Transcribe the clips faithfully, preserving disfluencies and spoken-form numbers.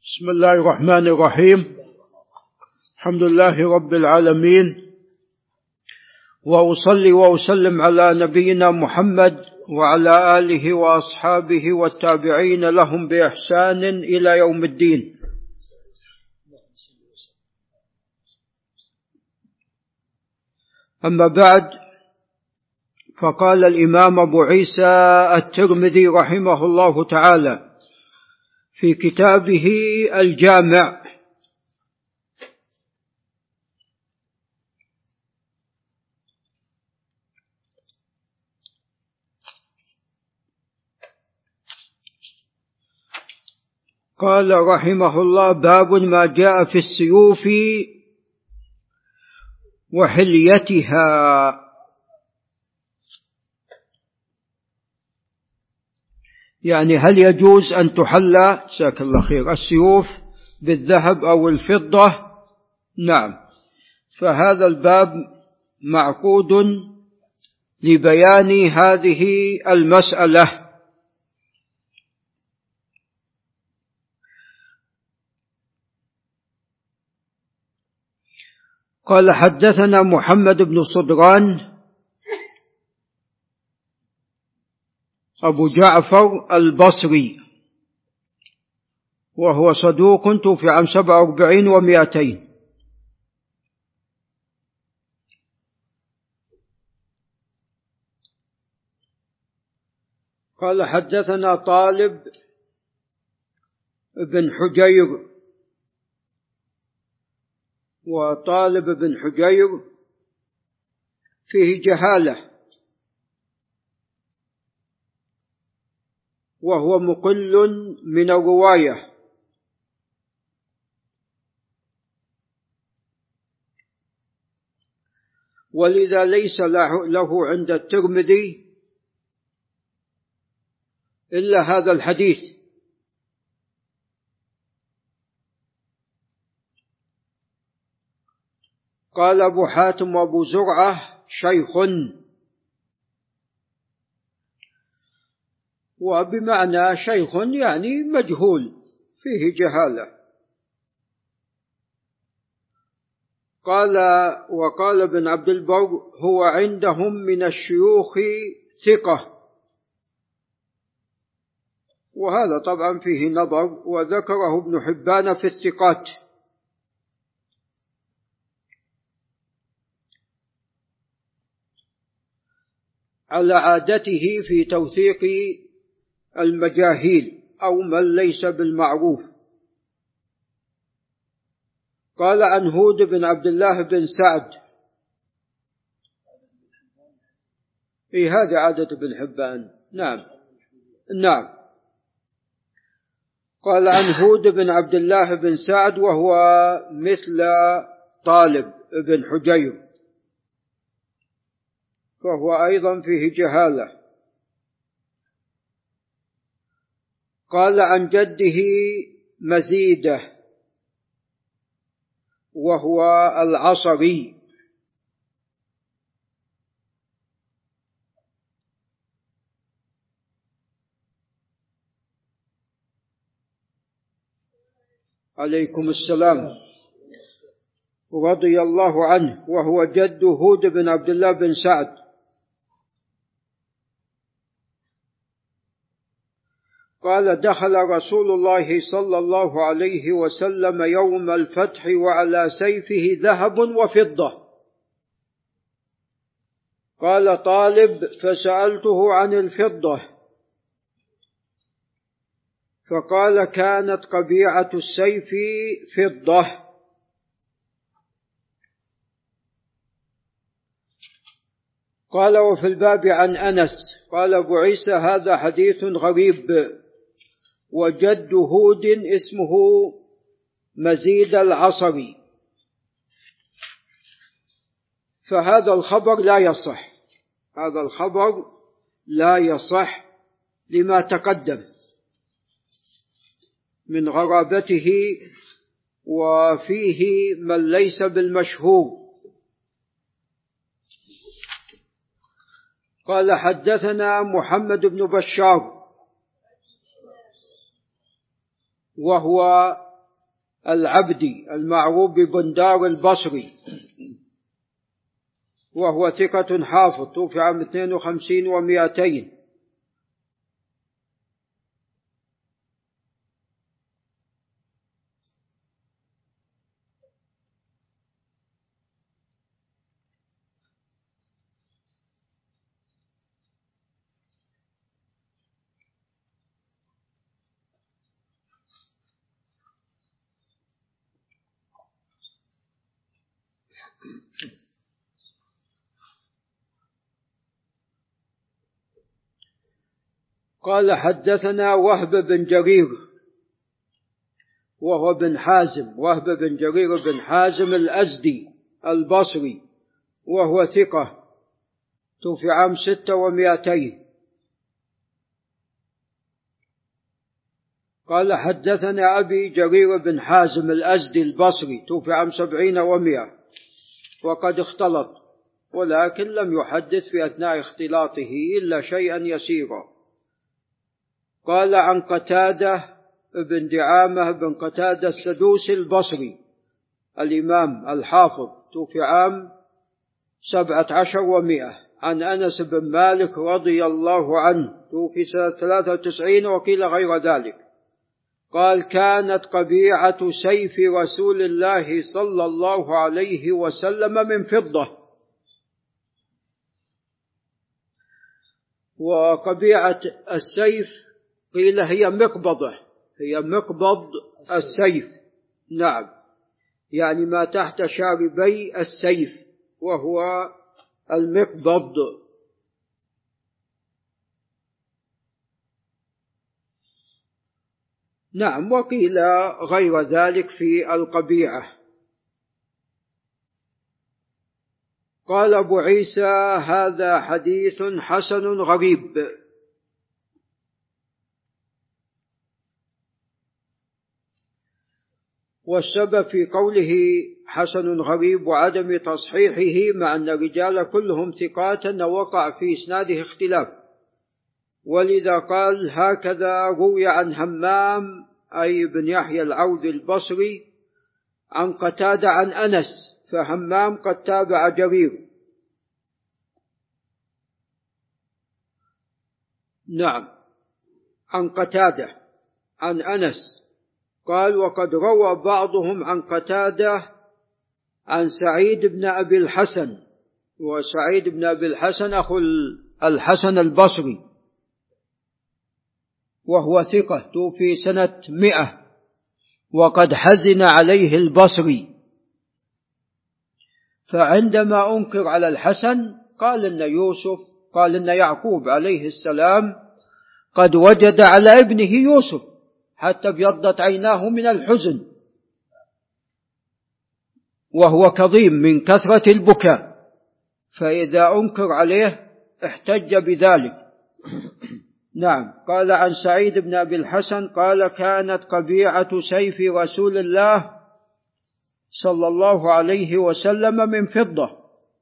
بسم الله الرحمن الرحيم. الحمد لله رب العالمين، وأصلي وأسلم على نبينا محمد وعلى آله وأصحابه والتابعين لهم بإحسان إلى يوم الدين. أما بعد، فقال الإمام أبو عيسى الترمذي رحمه الله تعالى في كتابه الجامع: قال رحمه الله: باب ما جاء في السيوف وحليتها. يعني هل يجوز أن تحلى جزاك الله خير السيوف بالذهب أو الفضة؟ نعم. فهذا الباب معقود لبيان هذه المسألة. قال: حدثنا محمد بن صدران أبو جعفر البصري، وهو صدوق توفي عام سبعة وأربعين ومائتين. قال: حدثنا طالب بن حجير، وطالب بن حجير فيه جهالة، وهو مقل من الرواية، ولذا ليس له عند الترمذي إلا هذا الحديث. قال أبو حاتم وأبو زرعة: شيخ، وبمعنى شيخ يعني مجهول فيه جهالة. قال: وقال ابن عبد البر: هو عندهم من الشيوخ ثقة. وهذا طبعا فيه نظر، وذكره ابن حبان في الثقات. على عادته في توثيق المجاهيل أو من ليس بالمعروف. قال: عن هود بن عبد الله بن سعد. إيه، هذا عادة بن حبان. نعم نعم. قال: عن هود بن عبد الله بن سعد، وهو مثل طالب بن حجير، فهو أيضا فيه جهالة. قال: عن جده مزيدة، وهو العصري. عليكم السلام. رضي الله عنه، وهو جد هود بن عبد الله بن سعد. قال: دخل رسول الله صلى الله عليه وسلم يوم الفتح وعلى سيفه ذهب وفضة. قال طالب: فسألته عن الفضة، فقال: كانت قبيعة السيف فضة. قال: وفي الباب عن أنس. قال أبو عيسى: هذا حديث غريب، وجد هود اسمه مزيد العصري، فهذا الخبر لا يصح. هذا الخبر لا يصح لما تقدم من غرابته، وفيه من ليس بالمشهور. قال: حدثنا محمد بن بشار، وهو العبدي المعروف ببندار البصري، وهو ثقة حافظ، توفي عام اثنين وخمسين ومائتين. قال حدثنا وهب بن جرير وهو بن حازم، وهب بن جرير بن حازم الأزدي البصري، وهو ثقة، توفي عام ستة ومائتين. قال حدثنا أبي جرير بن حازم الأزدي البصري، توفي عام سبعين ومائة، وقد اختلط، ولكن لم يحدث في أثناء اختلاطه إلا شيئا يسيرا. قال عن قتادة بن دعامة بن قتادة السدوسي البصري الإمام الحافظ، توفي عام سبعة عشر ومائة، عن أنس بن مالك رضي الله عنه، توفي سنة ثلاثة وتسعين وقيل غير ذلك. قال كانت قبيعة سيف رسول الله صلى الله عليه وسلم من فضة. وقبيعة السيف قيل هي مقبضة، هي مقبض السيف، نعم، يعني ما تحت شاربي السيف وهو المقبض. نعم، وقيل غير ذلك في القبيعة. قال أبو عيسى هذا حديث حسن غريب. والسبب في قوله حسن غريب وعدم تصحيحه مع أن الرجال كلهم ثقات وقع في إسناده اختلاف، ولذا قال هكذا روي عن همام أي بن يحيى العوذي البصري عن قتادة عن أنس، فهمام قد تابع جرير. نعم، عن قتادة عن أنس. قال وقد روى بعضهم عن قتادة عن سعيد بن أبي الحسن، وسعيد بن أبي الحسن أخو الحسن البصري، وهو ثقة، توفي سنة مئة، وقد حزن عليه البصري، فعندما أنكر على الحسن قال إن يوسف قال إن يعقوب عليه السلام قد وجد على ابنه يوسف حتى ابيضت عيناه من الحزن، وهو كظيم من كثرة البكاء، فإذا أنكر عليه احتج بذلك. نعم. قال عن سعيد بن أبي الحسن قال كانت قبيعة سيف رسول الله صلى الله عليه وسلم من فضة.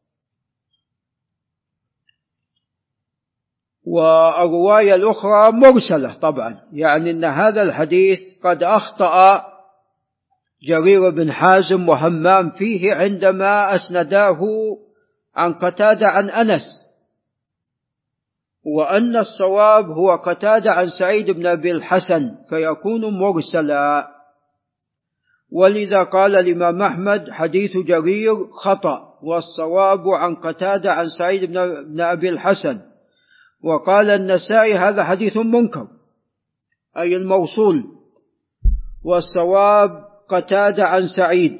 والرواية الأخرى مرسلة طبعا، يعني أن هذا الحديث قد أخطأ جرير بن حازم وهمام فيه عندما أسنداه عن قتادة عن أنس، وأن الصواب هو قتادة عن سعيد بن أبي الحسن فيكون مرسلا. ولذا قال الإمام أحمد حديث جرير خطأ، والصواب عن قتادة عن سعيد بن أبي الحسن. وقال النسائي هذا حديث منكر أي الموصول، والصواب قتادة عن سعيد.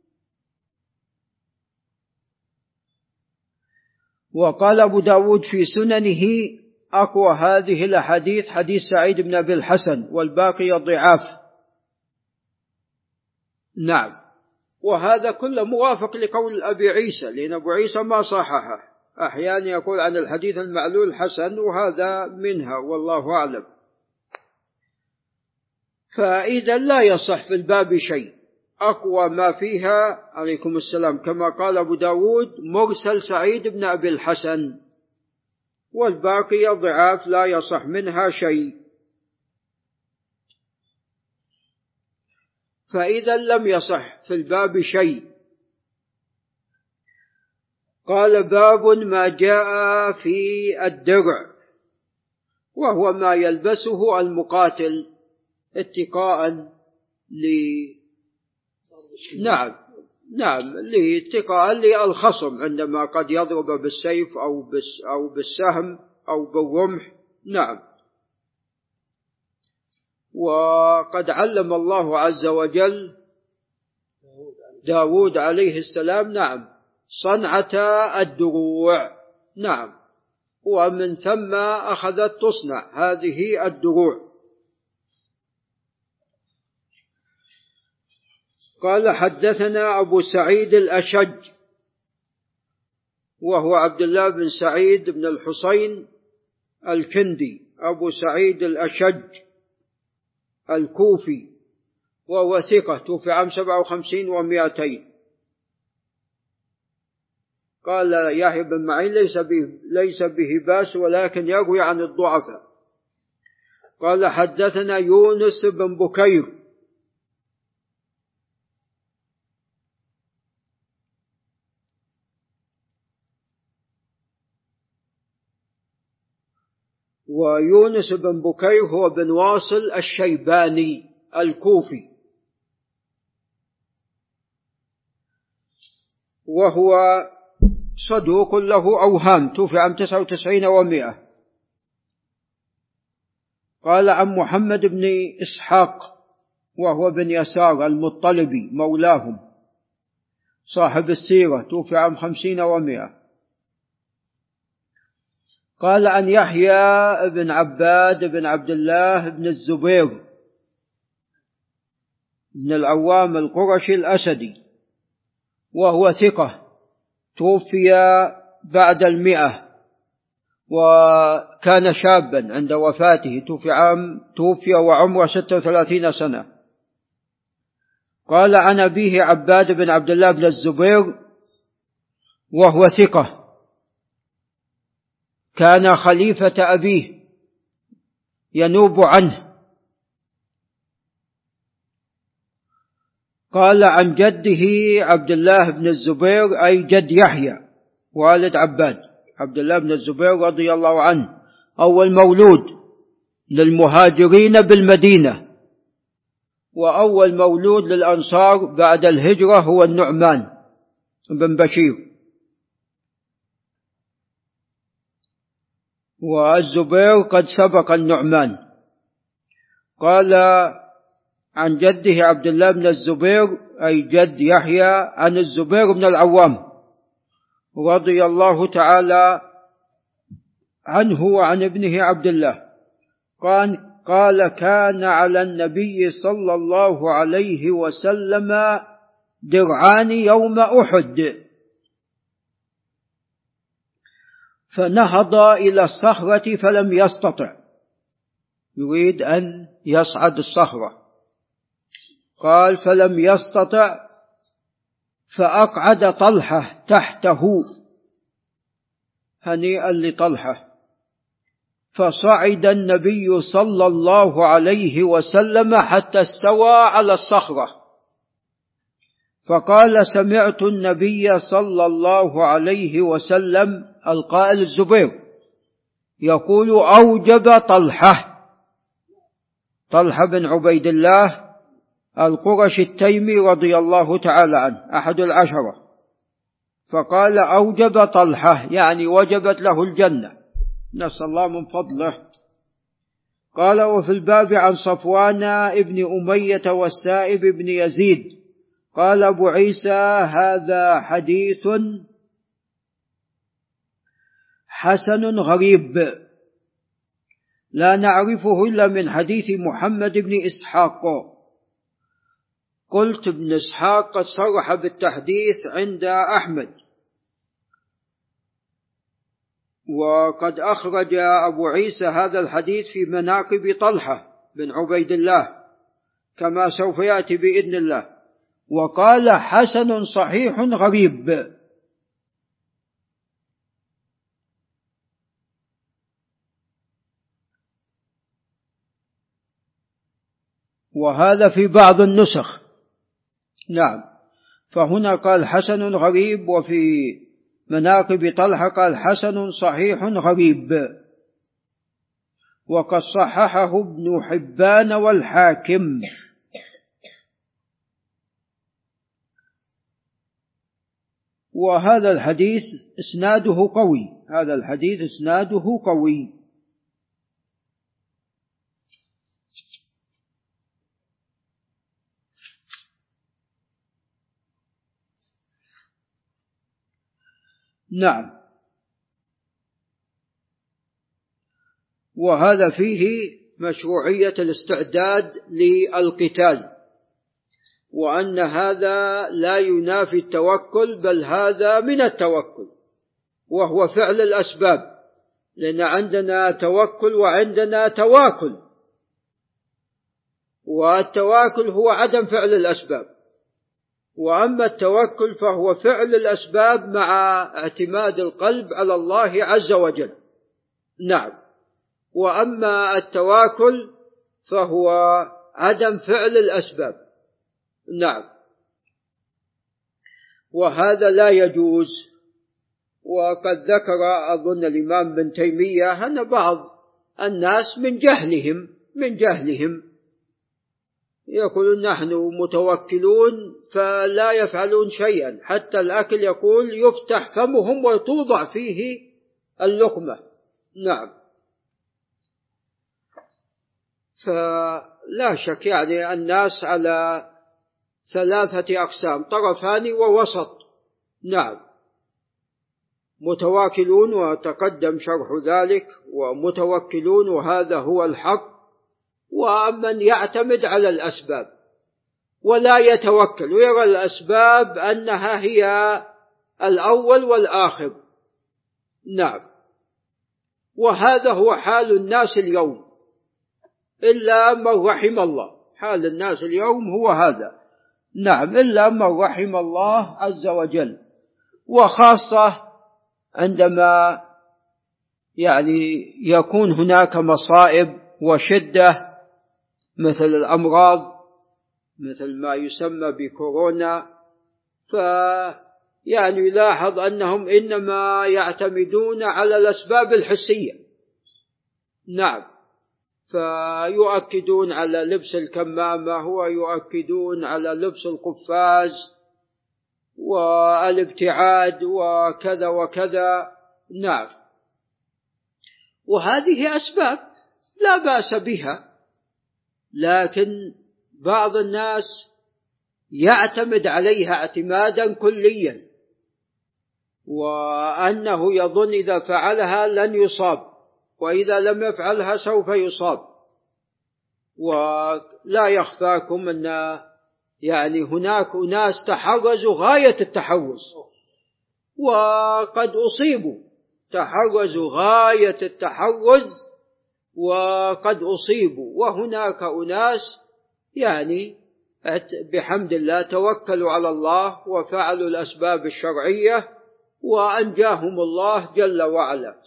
وقال أبو داود في سننه أقوى هذه الحديث حديث سعيد بن أبي الحسن والباقي ضعاف. نعم. وهذا كله موافق لقول أبي عيسى، لأن أبو عيسى ما صححه، أحيانا يقول عن الحديث المعلول حسن، وهذا منها والله أعلم. فإذا لا يصح في الباب شيء، أقوى ما فيها عليكم السلام كما قال أبو داود مرسل سعيد بن أبي الحسن، والباقي ضعاف لا يصح منها شيء. فإذا لم يصح في الباب شيء. قال باب ما جاء في الدرع، وهو ما يلبسه المقاتل اتقاء ل نعم نعم لاتقاء للخصم عندما قد يضرب بالسيف أو بس أو بالسهم أو بالرمح. نعم. وقد علم الله عز وجل داود عليه السلام نعم صنعة الدروع. نعم. ومن ثم أخذت تصنع هذه الدروع. قال حدثنا أبو سعيد الأشج وهو عبد الله بن سعيد بن الحسين الكندي أبو سعيد الأشج الكوفي، وهو ثقة، توفي عام سبعة وخمسين ومائتين. قال يحيى بن معين ليس به, ليس به باس ولكن يروي عن الضعفاء. قال حدثنا يونس بن بكير ويونس بن بكير هو بن واصل الشيباني الكوفي، وهو صدوق له أوهام، توفي عام تسعة وتسعين ومائة. قال عن محمد بن إسحاق وهو بن يسار المطلبي مولاهم صاحب السيرة، توفي عام خمسين ومائة. قال عن يحيى بن عباد بن عبد الله بن الزبير بن العوام القرشي الأسدي، وهو ثقة، توفي بعد المئة وكان شابا عند وفاته، توفي عام توفي وعمره ستة وثلاثين سنة. قال عن أبيه عباد بن عبد الله بن الزبير وهو ثقة، كان خليفة أبيه ينوب عنه. قال عن جده عبد الله بن الزبير أي جد يحيى والد عباد، عبد الله بن الزبير رضي الله عنه، أول مولود للمهاجرين بالمدينة، وأول مولود للأنصار بعد الهجرة هو النعمان بن بشير. والزبير قد سبق النعمان. قال عن جده عبد الله بن الزبير أي جد يحيى عن الزبير بن العوام رضي الله تعالى عنه وعن ابنه عبد الله. قال, قال كان على النبي صلى الله عليه وسلم درعان يوم أحد، فنهض إلى الصخرة فلم يستطع، يريد أن يصعد الصخرة، قال فلم يستطع فأقعد طلحة تحته هنيئا لطلحة، فصعد النبي صلى الله عليه وسلم حتى استوى على الصخرة، فقال سمعت النبي صلى الله عليه وسلم القائل الزبير يقول أوجب طلحة، طلحة بن عبيد الله القرشي التيمي رضي الله تعالى عنه أحد العشرة، فقال أوجب طلحة يعني وجبت له الجنة، نسأل الله من فضله. قال وفي الباب عن صفوان ابن أمية والسائب بن يزيد. قال أبو عيسى هذا حديث حسن غريب لا نعرفه إلا من حديث محمد بن إسحاق. قلت ابن إسحاق قد صرح بالتحديث عند أحمد، وقد أخرج أبو عيسى هذا الحديث في مناقب طلحة بن عبيد الله كما سوف يأتي بإذن الله، وقال حسن صحيح غريب. وهذا في بعض النسخ نعم. فهنا قال حسن غريب، وفي مناقب طلحة قال حسن صحيح غريب، وقد صححه ابن حبان والحاكم. وهذا الحديث إسناده قوي، هذا الحديث إسناده قوي. نعم. وهذا فيه مشروعية الاستعداد للقتال، وأن هذا لا ينافي التوكل، بل هذا من التوكل، وهو فعل الأسباب، لأن عندنا توكل وعندنا تواكل، والتواكل هو عدم فعل الأسباب، وأما التوكل فهو فعل الأسباب مع اعتماد القلب على الله عز وجل. نعم. وأما التواكل فهو عدم فعل الأسباب. نعم. وهذا لا يجوز. وقد ذكر أظن الإمام ابن تيمية أن بعض الناس من جهلهم من جهلهم يقولون نحن متوكلون فلا يفعلون شيئا، حتى الأكل يقول يفتح فمهم وتوضع فيه اللقمة. نعم. فلا شك يعني الناس على ثلاثة أقسام، طرفان ووسط. نعم. متواكلون وتقدم شرح ذلك، ومتوكلون وهذا هو الحق، ومن يعتمد على الأسباب ولا يتوكل ويرى الأسباب أنها هي الأول والآخر. نعم. وهذا هو حال الناس اليوم إلا من رحم الله، حال الناس اليوم هو هذا. نعم. إلا من رحم الله عز وجل، وخاصة عندما يعني يكون هناك مصائب وشدة مثل الأمراض، مثل ما يسمى بكورونا، فيعني يلاحظ أنهم إنما يعتمدون على الأسباب الحسية. نعم. فيؤكدون على لبس الكمامة، ويؤكدون على لبس القفاز والابتعاد وكذا وكذا. نعم. وهذه أسباب لا بأس بها، لكن بعض الناس يعتمد عليها اعتمادا كليا، وأنه يظن إذا فعلها لن يصاب، وإذا لم يفعلها سوف يصاب. ولا يخفاكم أن يعني هناك ناس تحرزوا غاية التحرز وقد أصيبوا، تحرزوا غاية التحرز وقد أصيبوا. وهناك أناس يعني بحمد الله توكلوا على الله وفعلوا الأسباب الشرعية وأنجاهم الله جل وعلا،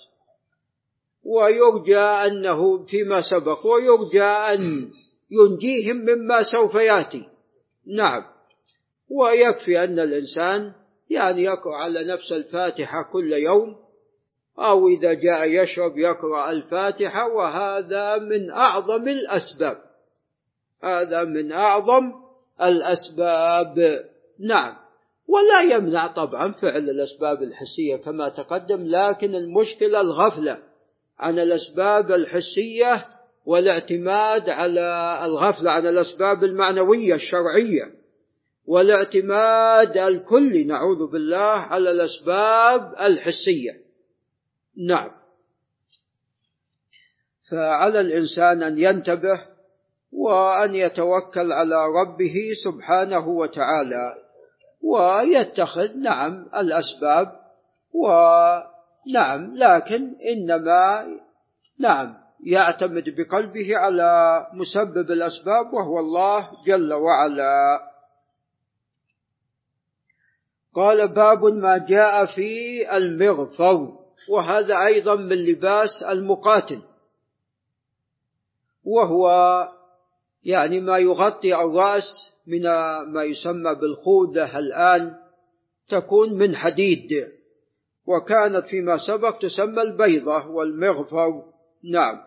ويرجى أنه فيما سبق ويرجى أن ينجيهم مما سوف يأتي. نعم. ويكفي أن الإنسان يعني يقرأ على نفس الفاتحة كل يوم، أو إذا جاء يشرب يقرأ الفاتحة، وهذا من أعظم الأسباب، هذا من أعظم الأسباب. نعم. ولا يمنع طبعا فعل الأسباب الحسية كما تقدم، لكن المشكلة الغفلة عن الأسباب الحسية والاعتماد على الغفلة عن الأسباب المعنوية الشرعية، والاعتماد الكلي نعوذ بالله على الأسباب الحسية. نعم. فعلى الإنسان أن ينتبه وأن يتوكل على ربه سبحانه وتعالى، ويتخذ نعم الأسباب، ونعم لكن إنما نعم يعتمد بقلبه على مسبب الأسباب وهو الله جل وعلا. قال باب ما جاء في المغفر، وهذا أيضا من لباس المقاتل، وهو يعني ما يغطي الرأس من ما يسمى بالخوذة الآن تكون من حديد، وكانت فيما سبق تسمى البيضة والمغفر. نعم.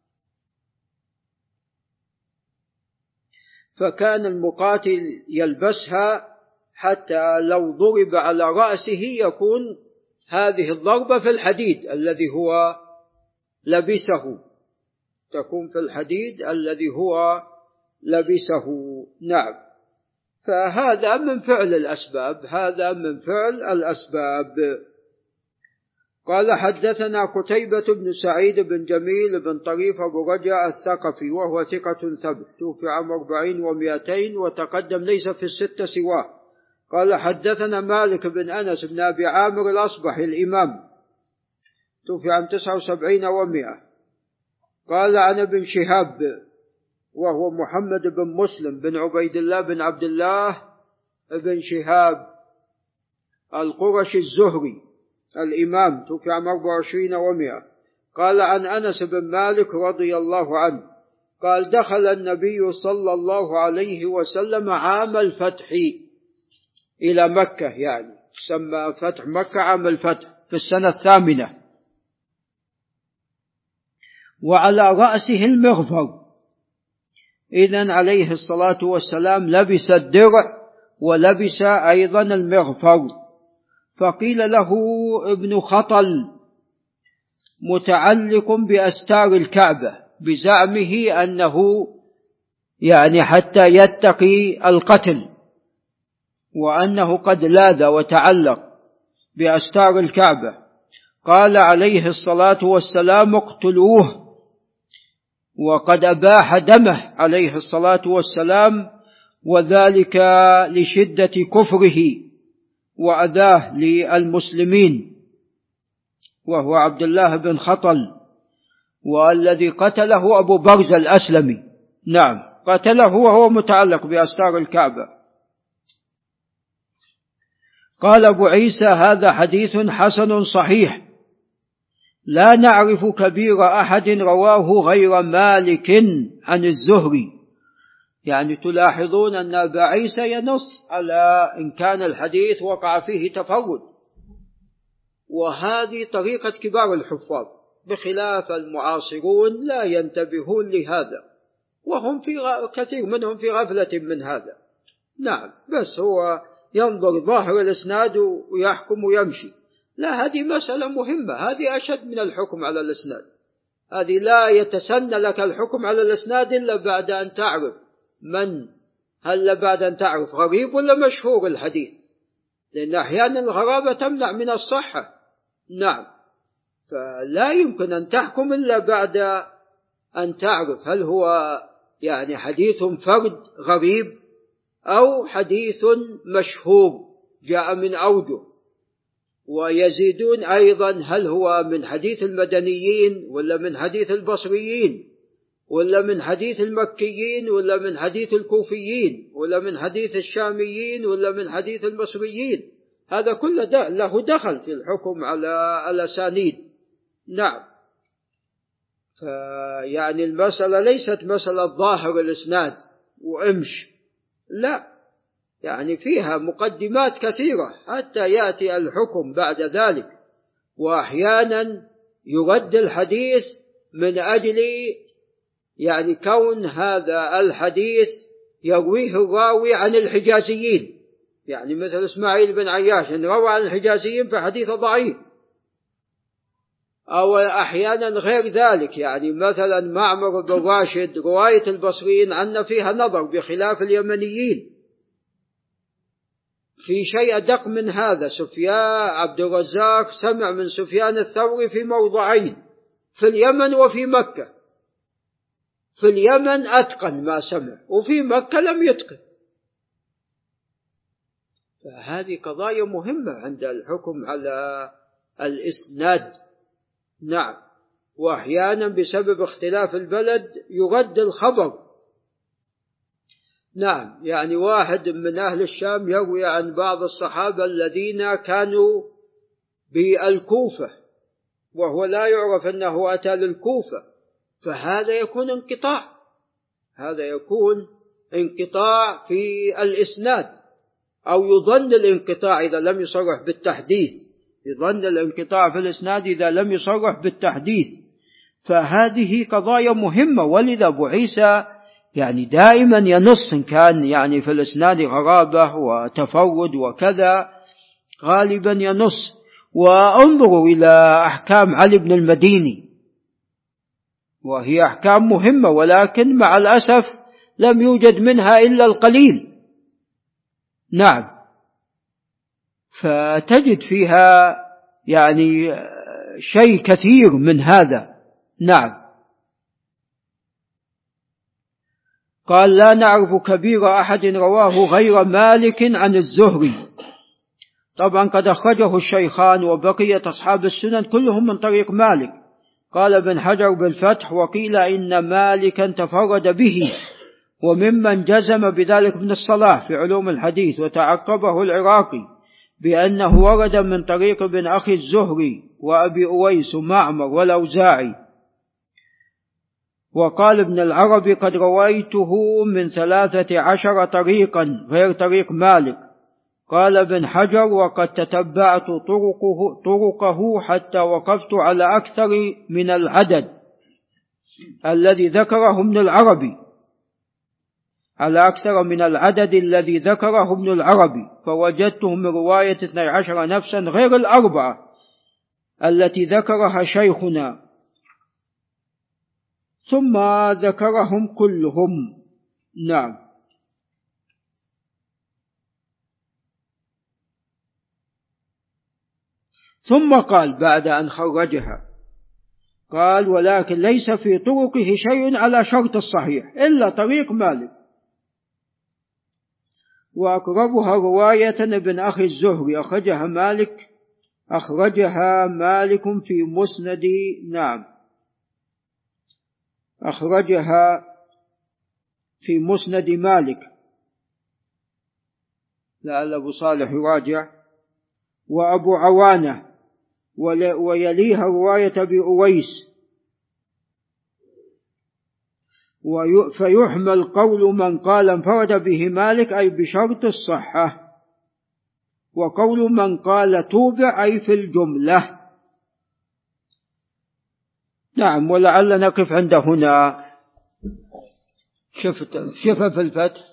فكان المقاتل يلبسها حتى لو ضرب على رأسه يكون هذه الضربة في الحديد الذي هو لبسه، تكون في الحديد الذي هو لبسه. نعم. فهذا من فعل الأسباب، هذا من فعل الأسباب. قال حدثنا قتيبة بن سعيد بن جميل بن طريف أبو رجاء الثقفي وهو ثقة ثبت، توفي عام أربعين ومئتين وتقدم ليس في الستة سواه. قال حدثنا مالك بن أنس بن أبي عامر الأصبحي الإمام، توفي عام تسعة وسبعين ومئة. قال عن ابن شهاب وهو محمد بن مسلم بن عبيد الله بن عبد الله بن شهاب القرشي الزهري الإمام، توفي عام أربعة وعشرين ومئة. قال عن أنس بن مالك رضي الله عنه قال دخل النبي صلى الله عليه وسلم عام الفتح إلى مكة، يعني سمى فتح مكة عام الفتح في السنة الثامنة، وعلى رأسه المغفر. إذن عليه الصلاة والسلام لبس الدرع ولبس أيضا المغفر. فقيل له ابن خطل متعلق بأستار الكعبة بزعمه أنه يعني حتى يتقي القتل، وأنه قد لاذ وتعلق بأستار الكعبة. قال عليه الصلاة والسلام اقتلوه، وقد أباح دمه عليه الصلاة والسلام، وذلك لشدة كفره وأذاه للمسلمين، وهو عبد الله بن خطل، والذي قتله أبو برزة الأسلمي. نعم، قتله وهو متعلق بأستار الكعبة. قال أبو عيسى هذا حديث حسن صحيح، لا نعرف كبير أحد رواه غير مالك عن الزهري. يعني تلاحظون أن أبا عيسى ينص على إن كان الحديث وقع فيه تفرد، وهذه طريقة كبار الحفاظ، بخلاف المعاصرون لا ينتبهون لهذا، وهم في غ... كثير منهم في غفلة من هذا. نعم، بس هو ينظر ظاهر الإسناد ويحكم ويمشي. لا، هذه مسألة مهمة، هذه أشد من الحكم على الإسناد. هذه لا يتسنى لك الحكم على الإسناد إلا بعد أن تعرف من، هل بعد أن تعرف غريب ولا مشهور الحديث، لأن أحيانا الغرابة تمنع من الصحة. نعم، فلا يمكن أن تحكم إلا بعد أن تعرف هل هو يعني حديث فرد غريب أو حديث مشهور جاء من أوجه. ويزيدون أيضا هل هو من حديث المدنيين ولا من حديث البصريين ولا من حديث المكيين ولا من حديث الكوفيين ولا من حديث الشاميين ولا من حديث المصريين. هذا كله له دخل في الحكم على الأسانيد. نعم، يعني المسألة ليست مسألة ظاهر الإسناد وامش، لا، يعني فيها مقدمات كثيرة حتى يأتي الحكم بعد ذلك. وأحيانا يرد الحديث من أجل يعني كون هذا الحديث يرويه الراوي عن الحجازيين، يعني مثل إسماعيل بن عياش إن روى عن الحجازيين فحديث ضعيف. أو أحيانا غير ذلك، يعني مثلا معمر بن راشد رواية البصريين عنا فيها نظر بخلاف اليمنيين. في شيء أدق من هذا، سفيان عبد الرزاق سمع من سفيان الثوري في موضعين، في اليمن وفي مكة. في اليمن أتقن ما سمع، وفي مكة لم يتقن. فهذه قضايا مهمة عند الحكم على الإسناد. نعم، وأحيانا بسبب اختلاف البلد يرد الخبر. نعم، يعني واحد من أهل الشام يروي عن بعض الصحابة الذين كانوا بالكوفة وهو لا يعرف أنه أتى للكوفة، فهذا يكون انقطاع، هذا يكون انقطاع في الإسناد، أو يظن الانقطاع إذا لم يصرح بالتحديث، يظن الانقطاع في الإسناد إذا لم يصرح بالتحديث. فهذه قضايا مهمة، ولذا أبو عيسى يعني دائما ينص، إن كان يعني في الإسناد غرابة وتفرد وكذا غالبا ينص. وانظروا إلى أحكام علي بن المديني، وهي أحكام مهمة، ولكن مع الأسف لم يوجد منها إلا القليل. نعم، فتجد فيها يعني شيء كثير من هذا. نعم. قال: لا نعرف كبير أحد رواه غير مالك عن الزهري. طبعا قد أخرجه الشيخان وبقية أصحاب السنن كلهم من طريق مالك. قال ابن حجر بالفتح: وقيل إن مالكا تفرد به، وممن جزم بذلك ابن الصلاح في علوم الحديث، وتعقبه العراقي بأنه ورد من طريق ابن أخي الزهري وأبي أويس ومعمر والأوزاعي. وقال ابن العربي: قد رويته من ثلاثة عشر طريقا غير طريق مالك. قال ابن حجر: وقد تتبعت طرقه, طرقه حتى وقفت على أكثر من العدد الذي ذكره ابن العربي على أكثر من العدد الذي ذكره ابن العربي، فوجدته من رواية اثني عشر نفسا غير الأربعة التي ذكرها شيخنا، ثم ذكرهم كلهم. نعم. ثم قال بعد أن خرجها، قال: ولكن ليس في طرقه شيء على شرط الصحيح إلا طريق مالك، وأقربها رواية ابن أخي الزهري أخرجها مالك أخرجها مالك في مسند. نعم، أخرجها في مسند مالك، لعل أبو صالح يراجع. وأبو عوانة، ويليها رواية أبي أويس. فيحمل قول من قال انفرد به مالك أي بشرط الصحة، وقول من قال توبع أي في الجملة. نعم. ولعل نقف عند هنا. شفت شفت في الفتح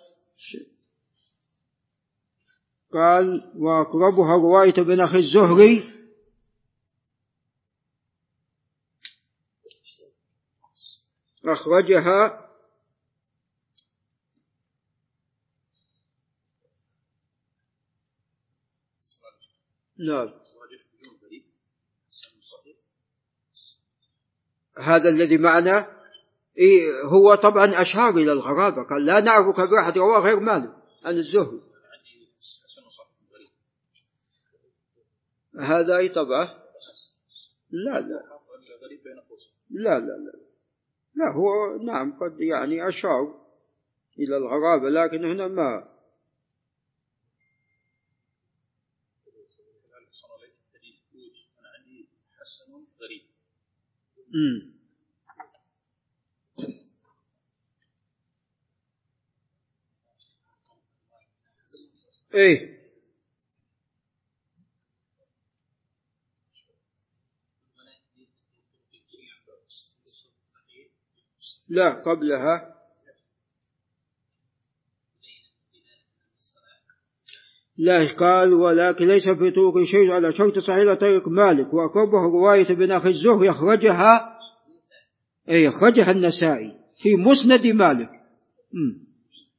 قال: وأقربها رواية ابن أخي الزهري أخرجها نعم. هذا الذي معنا إيه هو طبعا أشار إلى الغرابة، قال: لا نعرف كبير أحد رواه غير مالك عن الزهري. هذا أي طبعه؟ لا لا لا لا لا لا هو نعم قد يعني أشار إلى الغرابة، لكن هنا ما امم ايه لا قبلها لا قال: ولكن ليس في طرق شيء على شرط صحيح طريق مالك، وأقربه رواية ابن أخي الزهري يخرجها أي يخرجها النسائي في مسند مالك. مم.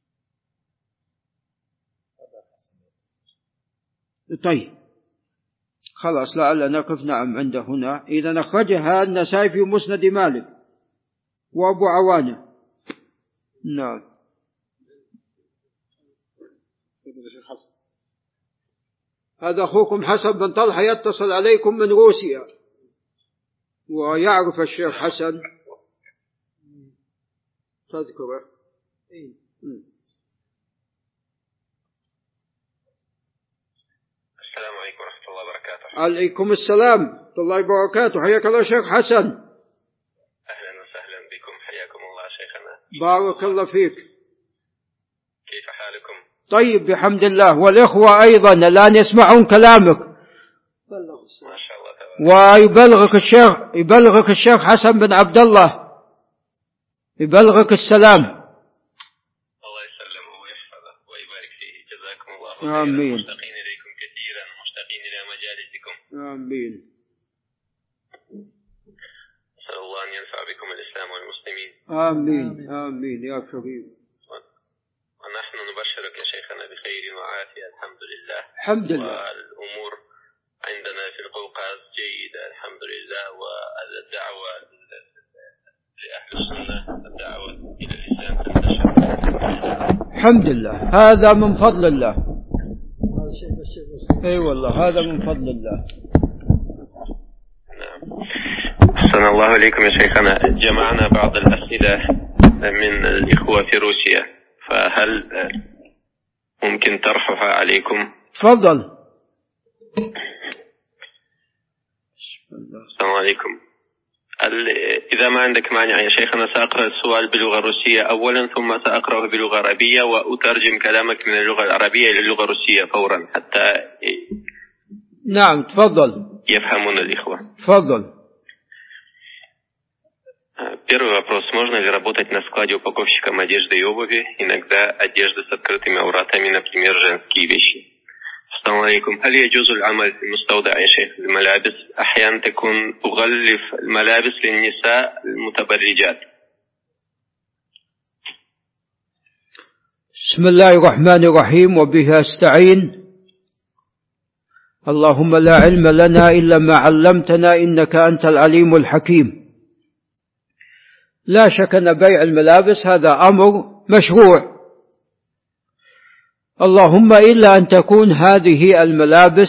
طيب خلاص لعل نقف نعم عند هنا. إذا أخرجها النسائي في مسند مالك وأبو عوانة. نعم. هذا أخوكم حسن بن طلحة يتصل عليكم من روسيا، ويعرف الشيخ حسن تذكره. السلام عليكم ورحمة الله وبركاته. عليكم السلام ورحمة الله وبركاته. حياك الله شيخ حسن. أهلا وسهلا بكم، حياكم الله شيخنا. بارك الله فيك. طيب بحمد الله. والإخوة أيضا الآن يسمعون كلامك، ما شاء الله. ويبلغك الشيخ يبلغك الشيخ حسن بن عبد الله، يبلغك السلام. الله يسلمه ويحفظه ويبارك فيه. جزاكم الله خيرا. آمين. مشتاقين إليكم كثيرا، مشتاقين إلى مجالسكم. آمين. أسأل الله أن ينفع بكم الإسلام والمسلمين. آمين آمين يا كريم. ونحن نبشرك يا شيخنا بخير وعافية الحمد لله. الحمد لله. والأمور عندنا في القوقاز جيدة الحمد لله. والدعوة لأهل السنة، الدعوة إلى الإسلام تنتشر الحمد لله. هذا من فضل الله. اي والله هذا من فضل الله. نعم. أحسن الله إليكم يا شيخنا. جمعنا بعض الأسئلة من الإخوة في روسيا، فهل ممكن طرحها عليكم؟ تفضل. السلام عليكم. إذا ما عندك مانع يا شيخنا سأقرأ السؤال باللغة الروسية أولا، ثم سأقرأه باللغة العربية، وأترجم كلامك من اللغة العربية إلى اللغة الروسية فورا حتى نعم تفضل يفهمون الإخوة. تفضل. Первый вопрос. Можно ли работать на складе упаковщиком одежды и обуви? Иногда одежда с открытыми ауратами, например, женские вещи. السلام عليكم. هل يجوز العمل في مستودع يا شيخ الملابس؟ أحيانا تكون تغلف الملابس للنساء المتبرجات. بسم الله الرحمن الرحيم، وبه أستعين. اللهم لا علم لنا إلا ما علمتنا إنك أنت العليم الحكيم. لا شك أن بيع الملابس هذا أمر مشروع، اللهم إلا أن تكون هذه الملابس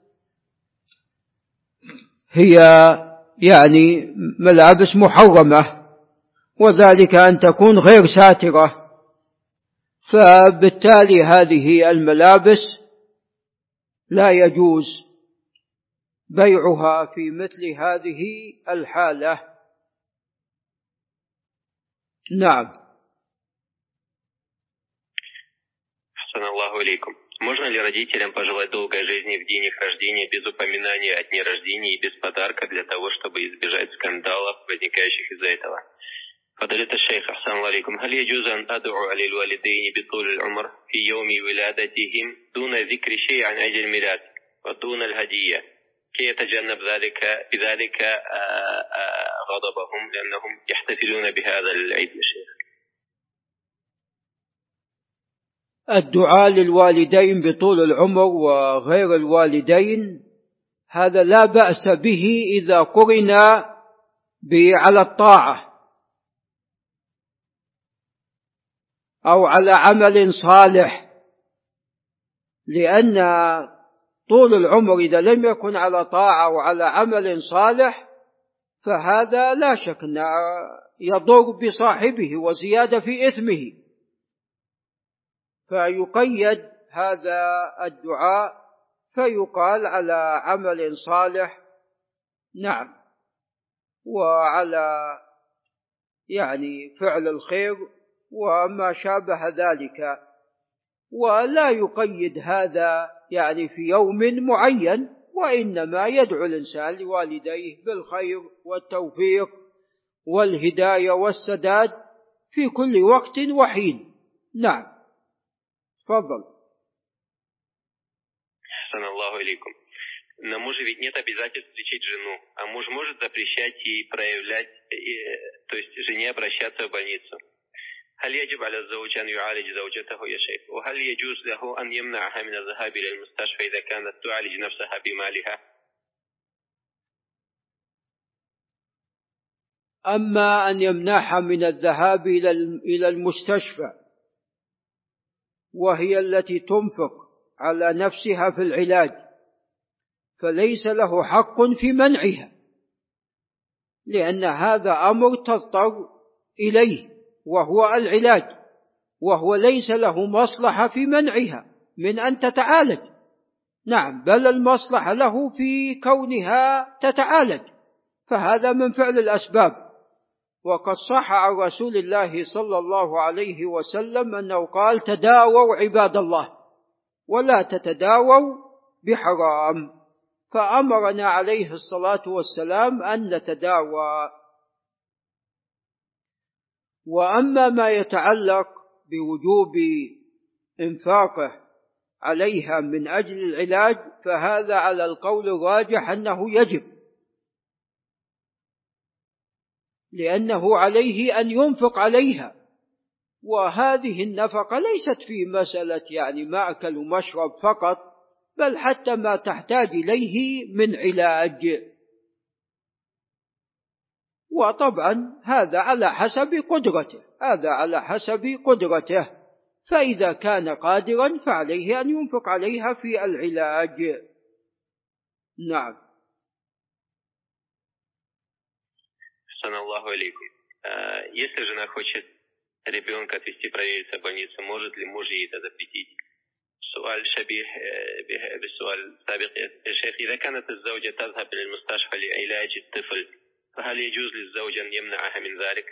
هي يعني ملابس محرمة، وذلك أن تكون غير ساترة، فبالتالي هذه الملابس لا يجوز بيعها في مثل هذه الحالة. نعم. أحسن الله إليكم. Можно ли родителям пожелать долгой жизни в день их рождения без упоминания о дне рождения и без подарка для того, чтобы избежать скандалов, возникающих из-за этого? فضيلة الشيخ أحسن الله عليكم. هل يجوز أن أدعو للوالدين بطول العمر في يوم ولادتهم دون ذكر شيء عن عيد الميلاد ودون الهدية كي يتجنب ذلك بذلك غضبهم لأنهم يحتفلون بهذا العيد يا شيخ؟ الدعاء للوالدين بطول العمر وغير الوالدين هذا لا بأس به إذا قرن على الطاعة أو على عمل صالح، لأن طول العمر إذا لم يكن على طاعة أو على عمل صالح فهذا لا شك أن يضر بصاحبه وزيادة في إثمه، فيقيد هذا الدعاء فيقال على عمل صالح. نعم. وعلى يعني فعل الخير وما شابه ذلك، ولا يقيد هذا يعني في يوم معين، وإنما يدعو الإنسان لوالديه بالخير والتوفيق والهداية والسداد في كل وقت وحين. نعم. تفضل. أحسن الله إليكم. На мужа ведь нет обязательств лечить жену, а муж может запрещать ей проявлять, то есть жене обращаться в больницу. هل يجب على الزوج أن يعالج زوجته يا شيخ؟ وهل يجوز له أن يمنعها من الذهاب إلى المستشفى إذا كانت تعالج نفسها بمالها؟ أما أن يمنعها من الذهاب إلى المستشفى وهي التي تنفق على نفسها في العلاج فليس له حق في منعها، لأن هذا أمر تضطر إليه وهو العلاج، وهو ليس له مصلحة في منعها من أن تتعالج. نعم، بل المصلحة له في كونها تتعالج، فهذا من فعل الأسباب. وقد صح عن رسول الله صلى الله عليه وسلم أنه قال: تداووا عباد الله ولا تتداووا بحرام، فأمرنا عليه الصلاة والسلام أن نتداوى. وأما ما يتعلق بوجوب إنفاقه عليها من أجل العلاج فهذا على القول الراجح أنه يجب، لأنه عليه أن ينفق عليها، وهذه النفقة ليست في مسألة يعني مأكل ومشرب فقط، بل حتى ما تحتاج إليه من علاج. وطبعا هذا على حسب قدرته، هذا على حسب قدرته، فإذا كان قادرا فعليه أن ينفق عليها في العلاج. نعم. أحسن الله إليكم. Если жена хочет ребенка отвезти провериться в больницу, может ли муж ей это запретить? سؤال شبيه بالسؤال السابق يا شيخ. إذا كانت الزوجة تذهب إلى المستشفى لعلاج الطفل فهل يجوز للزوج أن يمنعها من ذلك؟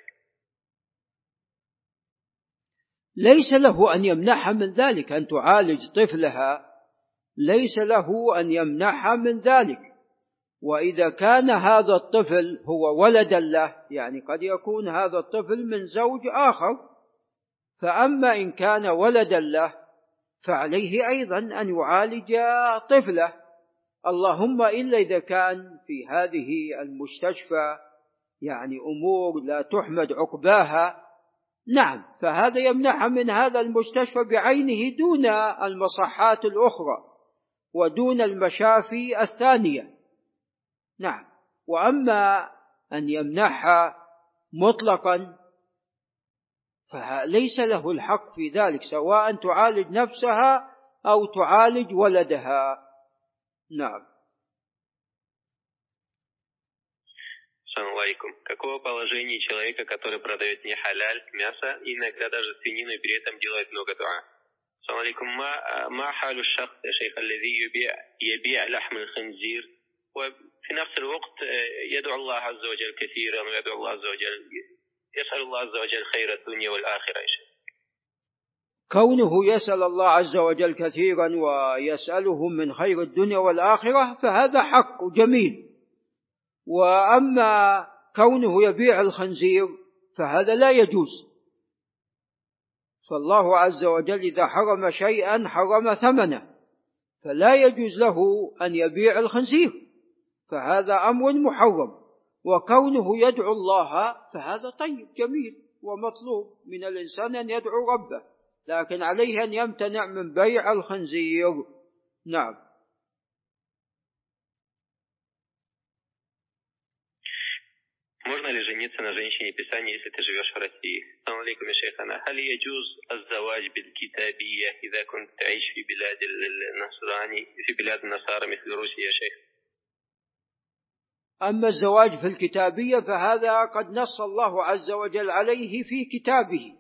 ليس له أن يمنعها من ذلك، أن تعالج طفلها ليس له أن يمنعها من ذلك. وإذا كان هذا الطفل هو ولدا له، يعني قد يكون هذا الطفل من زوج آخر، فأما إن كان ولدا له فعليه أيضا أن يعالج طفله، اللهم إلا إذا كان في هذه المستشفى يعني أمور لا تحمد عقباها، نعم، فهذا يمنعها من هذا المستشفى بعينه دون المصحات الأخرى ودون المشافي الثانية. نعم. وأما أن يمنعها مطلقا فليس له الحق في ذلك، سواء تعالج نفسها أو تعالج ولدها. نعم. Ассаламу алейкум. Какое положение человека, который продает не халяль мясо, иногда даже свинину, и при этом делает много дуа? Ассаламу алейкум. ما حال الشخص يا شيخ الذي يبيع يبيع لحم الخنزير وفي نفس الوقت يدعو الله عز وجل كثيرا ويدعو الله عز وجل يسأل الله عز وجل خير الدنيا والآخرة؟ كونه يسأل الله عز وجل كثيرا ويسأله من خير الدنيا والآخرة فهذا حق جميل. وأما كونه يبيع الخنزير فهذا لا يجوز، فالله عز وجل إذا حرم شيئا حرم ثمنه، فلا يجوز له أن يبيع الخنزير، فهذا أمر محرم. وكونه يدعو الله فهذا طيب جميل ومطلوب من الإنسان أن يدعو ربه، لكن عليه أن يمتنع من بيع الخنزير. نعم. Можно ли жениться на женщине Писания, если ты живешь в России? Ассаламу алейкум يا شيخنا. هل يجوز الزواج بالكتابية إذا كنت تعيش في بلاد النصراني في بلاد النصارى مثل روسيا يا شيخ؟ أما الزواج في الكتابية فهذا قد نص الله عز وجل عليه في كتابه،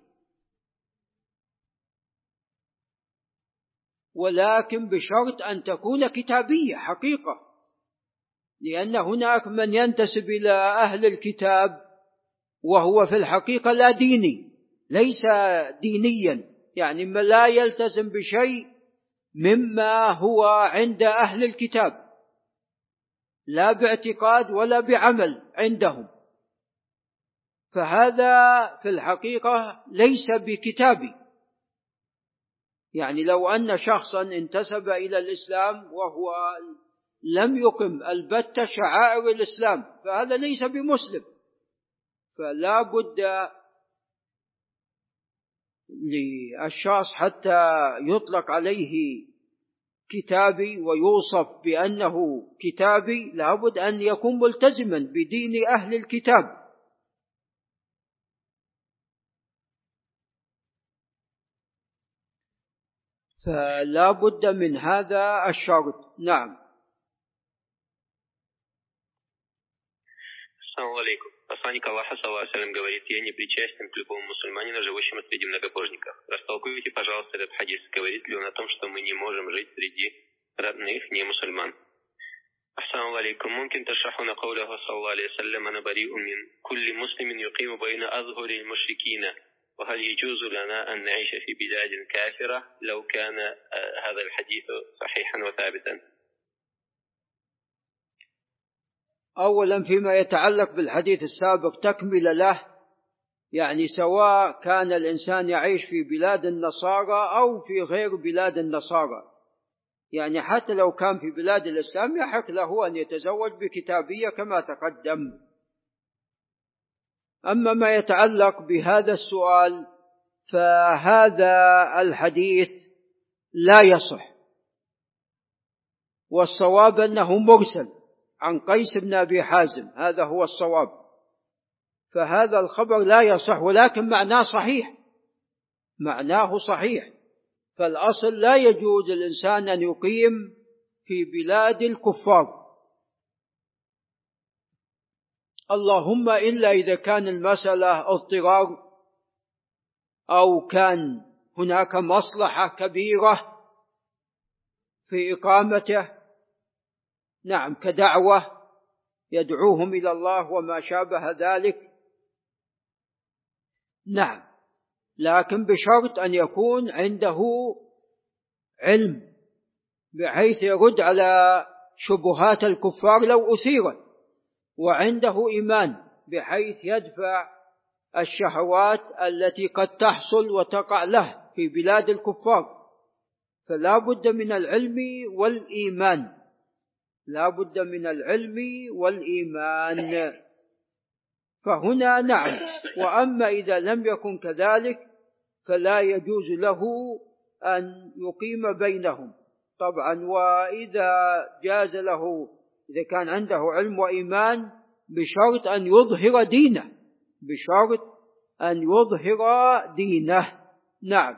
ولكن بشرط أن تكون كتابية حقيقة، لأن هناك من ينتسب إلى أهل الكتاب وهو في الحقيقة لا ديني، ليس دينيا، يعني ما لا يلتزم بشيء مما هو عند أهل الكتاب، لا باعتقاد ولا بعمل عندهم، فهذا في الحقيقة ليس بكتابي. يعني لو أن شخصا انتسب إلى الإسلام وهو لم يقم البتة شعائر الإسلام فهذا ليس بمسلم، فلا بد للشخص حتى يطلق عليه كتابي ويوصف بأنه كتابي لا بد أن يكون ملتزما بدين أهل الكتاب. فلا بد من هذا الشرط. نعم. Ассаламу алейкум. Посланник Аллаха, саллаллаху алейхи ва саллям, говорит: я не причастен к любому мусульманину, живущему среди многобожников. Растолкуйте, пожалуйста, этот хадис. Говорит ли он о том, что мы не можем жить среди родных не мусульман? أحسن الله عليكم. ممكن تشرحون قوله صلى الله عليه وسلم أنا بريء من كل مسلم يقيم بين أظهر المشركين، وهل يجوز لنا أن نعيش في بلاد كافرة لو كان هذا الحديث صحيحا وثابتا؟ أولا فيما يتعلق بالحديث السابق تكمل له، يعني سواء كان الإنسان يعيش في بلاد النصارى أو في غير بلاد النصارى، يعني حتى لو كان في بلاد الإسلام يحق له أن يتزوج بكتابية كما تقدم. أما ما يتعلق بهذا السؤال فهذا الحديث لا يصح، والصواب أنه مرسل عن قيس بن أبي حازم، هذا هو الصواب. فهذا الخبر لا يصح، ولكن معناه صحيح، معناه صحيح. فالأصل لا يجوز للإنسان أن يقيم في بلاد الكفار، اللهم إلا إذا كان المسألة اضطرار أو كان هناك مصلحة كبيرة في إقامته، نعم، كدعوة يدعوهم إلى الله وما شابه ذلك، نعم، لكن بشرط أن يكون عنده علم بحيث يرد على شبهات الكفار لو أثيرت، وعنده إيمان بحيث يدفع الشهوات التي قد تحصل وتقع له في بلاد الكفار. فلا بد من العلم والإيمان، لا بد من العلم والإيمان. فهنا نعم. وأما إذا لم يكن كذلك فلا يجوز له أن يقيم بينهم طبعا. وإذا جاز له إذا كان عنده علم وإيمان بشرط أن يظهر دينه، بشرط أن يظهر دينه. نعم،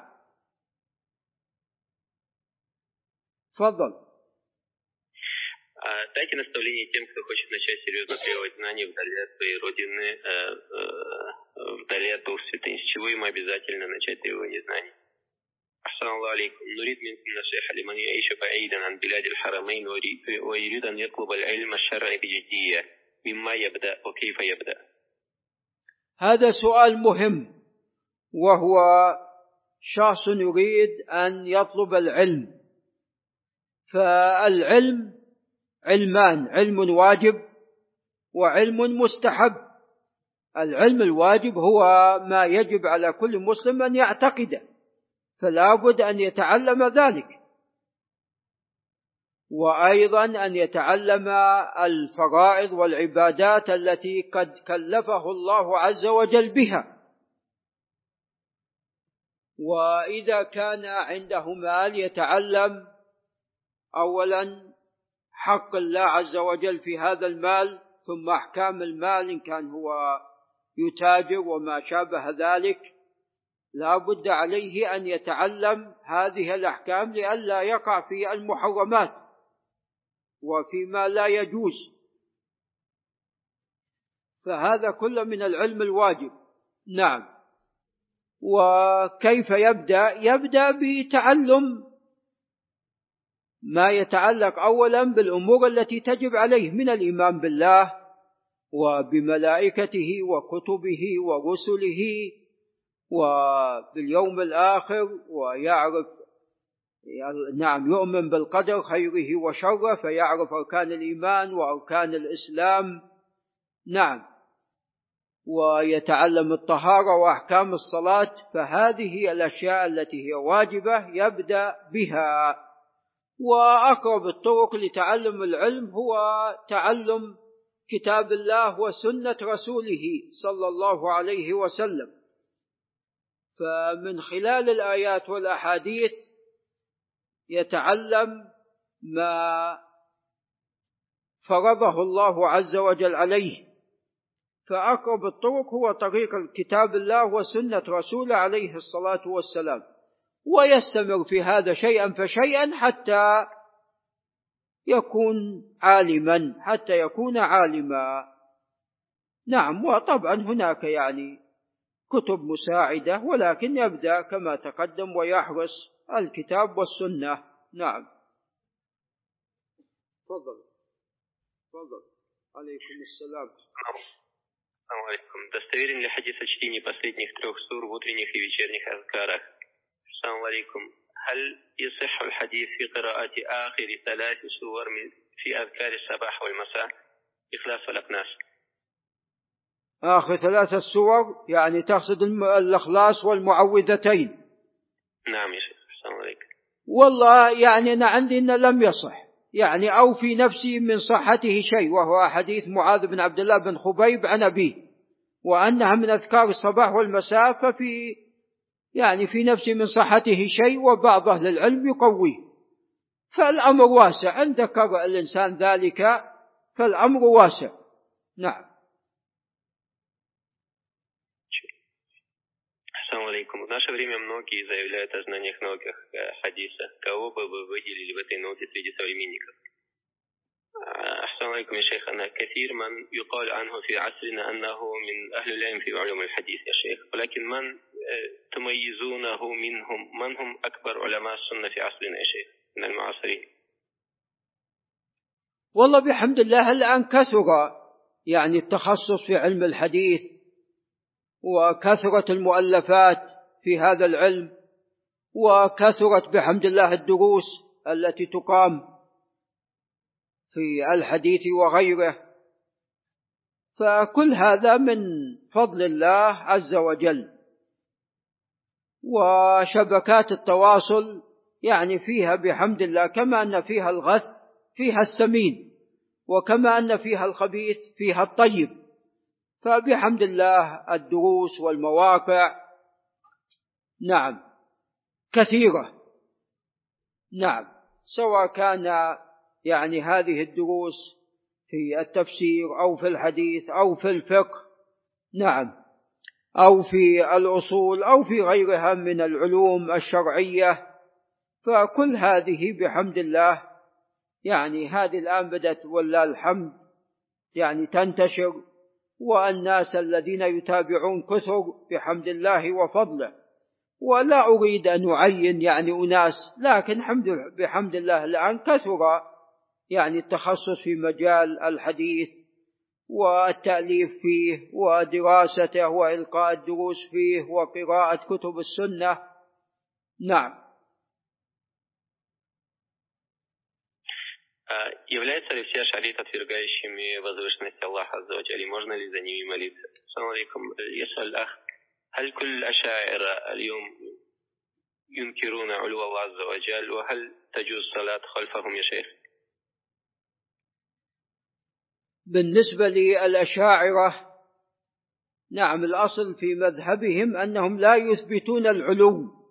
تفضل. Дайте наставление тем, кто хочет начать серьезно прививать знания вдали от своей родины, э, э, вдали от двух святынь. С чего им обязательно начать прививание знаний? أحسن الله عليكم. نريد منكم نصيحة لمن يعيش بعيدا عن بلاد الحرمين ويريد أن يطلب العلم الشرعي بجدية، مما يبدأ وكيف يبدأ؟ هذا سؤال مهم، وهو شخص يريد أن يطلب العلم. فالعلم علمان، علم واجب وعلم مستحب. العلم الواجب هو ما يجب على كل مسلم أن يعتقده، فلا بد أن يتعلم ذلك، وأيضا أن يتعلم الفرائض والعبادات التي قد كلفه الله عز وجل بها. وإذا كان عنده مال يتعلم أولا حق الله عز وجل في هذا المال، ثم أحكام المال إن كان هو يتاجر وما شابه ذلك، لا بد عليه أن يتعلم هذه الأحكام لئلا يقع في المحرمات وفيما لا يجوز. فهذا كله من العلم الواجب. نعم. وكيف يبدأ؟ يبدأ بتعلم ما يتعلق أولا بالأمور التي تجب عليه من الإيمان بالله وبملائكته وكتبه ورسله وباليوم الآخر، ويعرف نعم يؤمن بالقدر خيره وشره، فيعرف أركان الإيمان وأركان الإسلام. نعم. ويتعلم الطهارة وأحكام الصلاة. فهذه الأشياء التي هي واجبة يبدأ بها. وأقرب الطرق لتعلم العلم هو تعلم كتاب الله وسنة رسوله صلى الله عليه وسلم. فمن خلال الآيات والأحاديث يتعلم ما فرضه الله عز وجل عليه. فأقرب الطرق هو طريق كتاب الله وسنة رسوله عليه الصلاة والسلام، ويستمر في هذا شيئا فشيئا حتى يكون عالما، حتى يكون عالما. نعم. وطبعا هناك يعني كتب مساعدة، ولكن يبدأ كما تقدم ويحرص الكتاب والسنة. نعم. تفضل. تفضل. عليكم السلام. Ассаламу алейкум. Достоверен ли хадис о чтении последних трех сур в утренних и вечерних азкарах? Ассаламу алейкум. هل يصح الحديث في قراءة آخر ثلاث سور في أذكار الصباح والمساء إخلاص والأقناص؟ آخر ثلاث السور يعني تقصد الإخلاص والمعوذتين. نعم يا شيخ. السلام عليكم. والله يعني أنا عندي إنه لم يصح، يعني أو في نفسي من صحته شيء، وهو حديث معاذ بن عبد الله بن خبيب عن أبيه وأنها من أذكار الصباح والمساء، ففي يعني في نفسي من صحته شيء، وبعض أهل العلم يقويه، فالأمر واسع. عند ذكر الإنسان ذلك فالأمر واسع. نعم. Ассаламу алейкум. В наше время многие заявляют о знаниях науках хадиса. Кого бы вы выделили в этой науке среди современников? Ассаламу алейкум, يا شيخنا. كثير من يقال عنه في عصرنا أنه من أهل العلم في علوم الحديث يا شيخ، ولكن من تميزونه منهم؟ من هم أكبر علماء السنة في عصرنا يا شيخ من المعاصرين؟ والله بحمد الله الآن كثر يعني التخصص في علم الحديث، وكثرت المؤلفات في هذا العلم، وكثرت بحمد الله الدروس التي تقام في الحديث وغيره، فكل هذا من فضل الله عز وجل. وشبكات التواصل يعني فيها بحمد الله كما أن فيها الغث فيها السمين، وكما أن فيها الخبيث فيها الطيب، فبحمد الله الدروس والمواقع نعم كثيرة. نعم، سواء كان يعني هذه الدروس في التفسير أو في الحديث أو في الفقه، نعم، أو في الأصول أو في غيرها من العلوم الشرعية، فكل هذه بحمد الله يعني هذه الآن بدأت والله الحمد يعني تنتشر، والناس الذين يتابعون كثر بحمد الله وفضله. ولا أريد أن أعين يعني أناس، لكن حمد بحمد الله الآن كثر يعني التخصص في مجال الحديث والتأليف فيه ودراسته وإلقاء الدروس فيه وقراءة كتب السنة. نعم. Являются ли все ашариты отвергающими возвышенность Аллаха азза ва джалля? Можно ли за ними молиться? Ассаламу алейкум. يسأل الأخ: هل كل الأشاعرة اليوم ينكرون علو الله عز وجل، وهل تجوز الصلاة خلفهم يا شيخ؟ بالنسبة للأشاعرة نعم، الأصل في مذهبهم أنهم لا يثبتون العلو،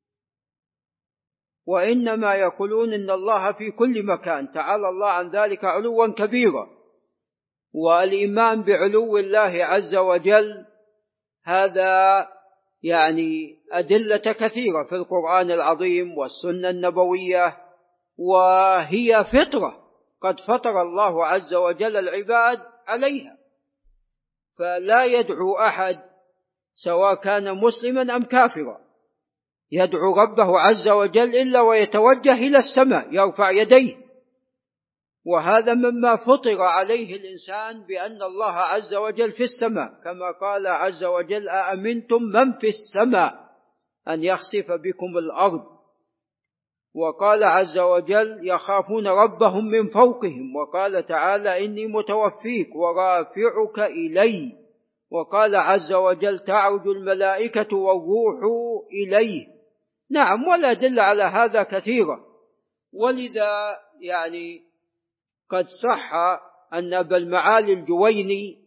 وإنما يقولون إن الله في كل مكان، تعالى الله عن ذلك علوا كبيرا. والإيمان بعلو الله عز وجل هذا يعني أدلة كثيرة في القرآن العظيم والسنة النبوية، وهي فطرة قد فطر الله عز وجل العباد عليها، فلا يدعو أحد سواء كان مسلما أم كافرا يدعو ربه عز وجل إلا ويتوجه إلى السماء يرفع يديه، وهذا مما فطر عليه الإنسان بأن الله عز وجل في السماء، كما قال عز وجل: أأمنتم من في السماء أن يخسف بكم الأرض. وقال عز وجل: يخافون ربهم من فوقهم. وقال تعالى: إني متوفيك ورافعك إلي. وقال عز وجل: تعرج الملائكة والروح إليه. نعم، والأدلة على هذا كثيرة. ولذا يعني قد صح أن أبا المعالي الجويني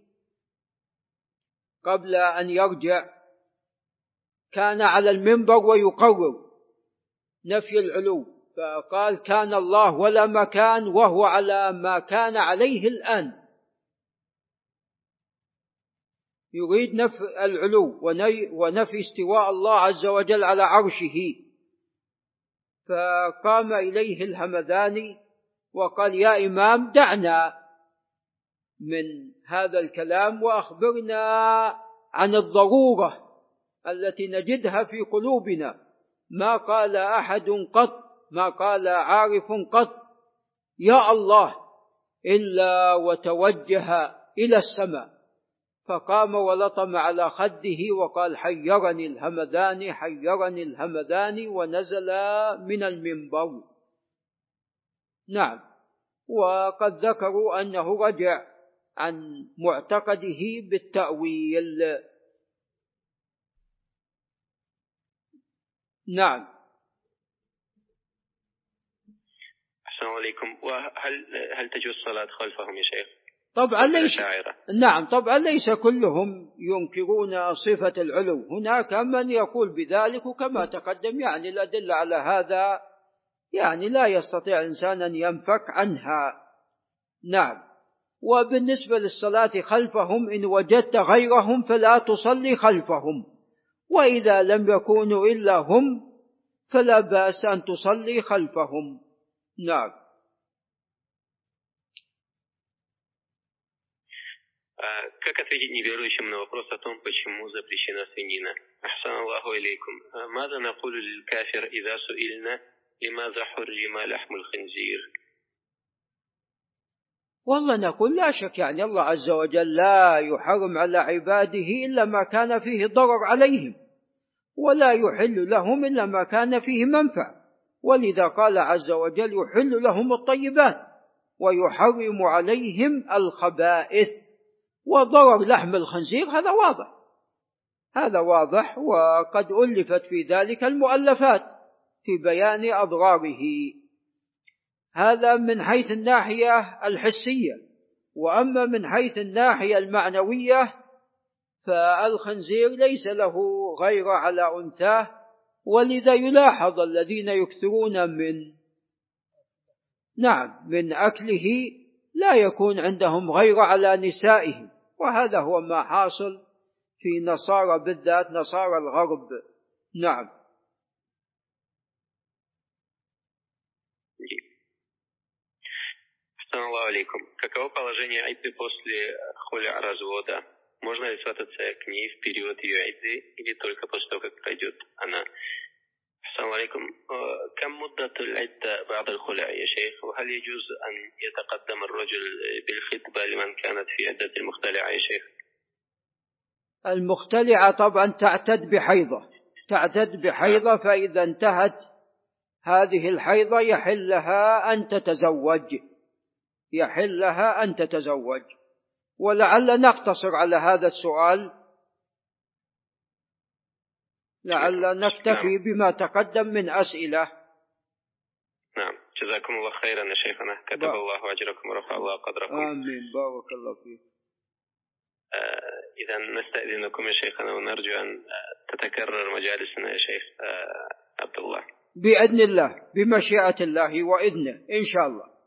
قبل أن يرجع كان على المنبر ويقرر نفي العلو، فقال: كان الله ولا مكان، وهو على ما كان عليه الآن. يريد نفي العلو ونفي استواء الله عز وجل على عرشه. فقام إليه الهمذاني وقال: يا إمام، دعنا من هذا الكلام وأخبرنا عن الضرورة التي نجدها في قلوبنا. ما قال أحد قط، ما قال عارف قط: يا الله، إلا وتوجه إلى السماء، فقام ولطم على خده وقال: حيرني الهمدان حيرني الهمدان، ونزل من المنبر. نعم. وقد ذكروا أنه رجع عن معتقده بالتأويل. نعم. السلام عليكم. وهل هل تجوز الصلاة خلفهم يا شيخ؟ طبعا ليس. نعم، طبعا ليس كلهم ينكرون صفة العلو، هناك من يقول بذلك، وكما تقدم يعني الأدلة على هذا يعني لا يستطيع الإنسان أن ينفك عنها. نعم. وبالنسبة للصلاة خلفهم، إن وجدت غيرهم فلا تصلي خلفهم، وإذا لم يكونوا إلا هم فلا بأس أن تصلي خلفهم. نعم. Как ответить неверующим на вопрос о том, почему запрещена свинина? أحسن الله إليكم. ماذا نقول للكافر إذا سئلنا لماذا حرم لحم الخنزير؟ والله نقول لا شك يعني الله عز وجل لا يحرم على عباده إلا ما كان فيه ضرر عليهم، ولا يحل لهم إلا ما كان فيه منفع، ولذا قال عز وجل: يحل لهم الطيبات ويحرم عليهم الخبائث. وضرر لحم الخنزير هذا واضح، هذا واضح، وقد ألفت في ذلك المؤلفات في بيان أضراره. هذا من حيث الناحية الحسية. وأما من حيث الناحية المعنوية فالخنزير ليس له غير على أنثاه، ولذا يلاحظ الذين يكثرون من نعم من أكله لا يكون عندهم غير على نسائهم، وهذا هو ما حاصل في نصارى بالذات نصارى الغرب. نعم. Assalamu alaikum. Каково положение айды после хуля развода? Можно ли свататься к ней в период ее айды или только после того, как пройдет она? Assalamu alaikum. كم مدة العدة بعد الخلع يا شيخ؟ وهل يجوز أن يتقدم الرجل بالخطبة لمن كانت في عدة المختلعة يا شيخ؟ المختلعة طبعا تعتد بحيضة تعتد بحيضة فإذا انتهت هذه الحيضة يحل لها أن تتزوج يحل لها أن تتزوج. ولعل نقتصر على هذا السؤال، لعل نكتفي بما تقدم من أسئلة. نعم. جزاكم الله خيرا يا شيخنا. كتب الله أجركم ورفع الله قدركم. آمين. بارك الله فيك. آه إذا نستأذنكم يا شيخنا، ونرجو أن تتكرر مجالسنا يا شيخ آه عبد الله بإذن الله، بمشيئة الله وإذنه إن شاء الله.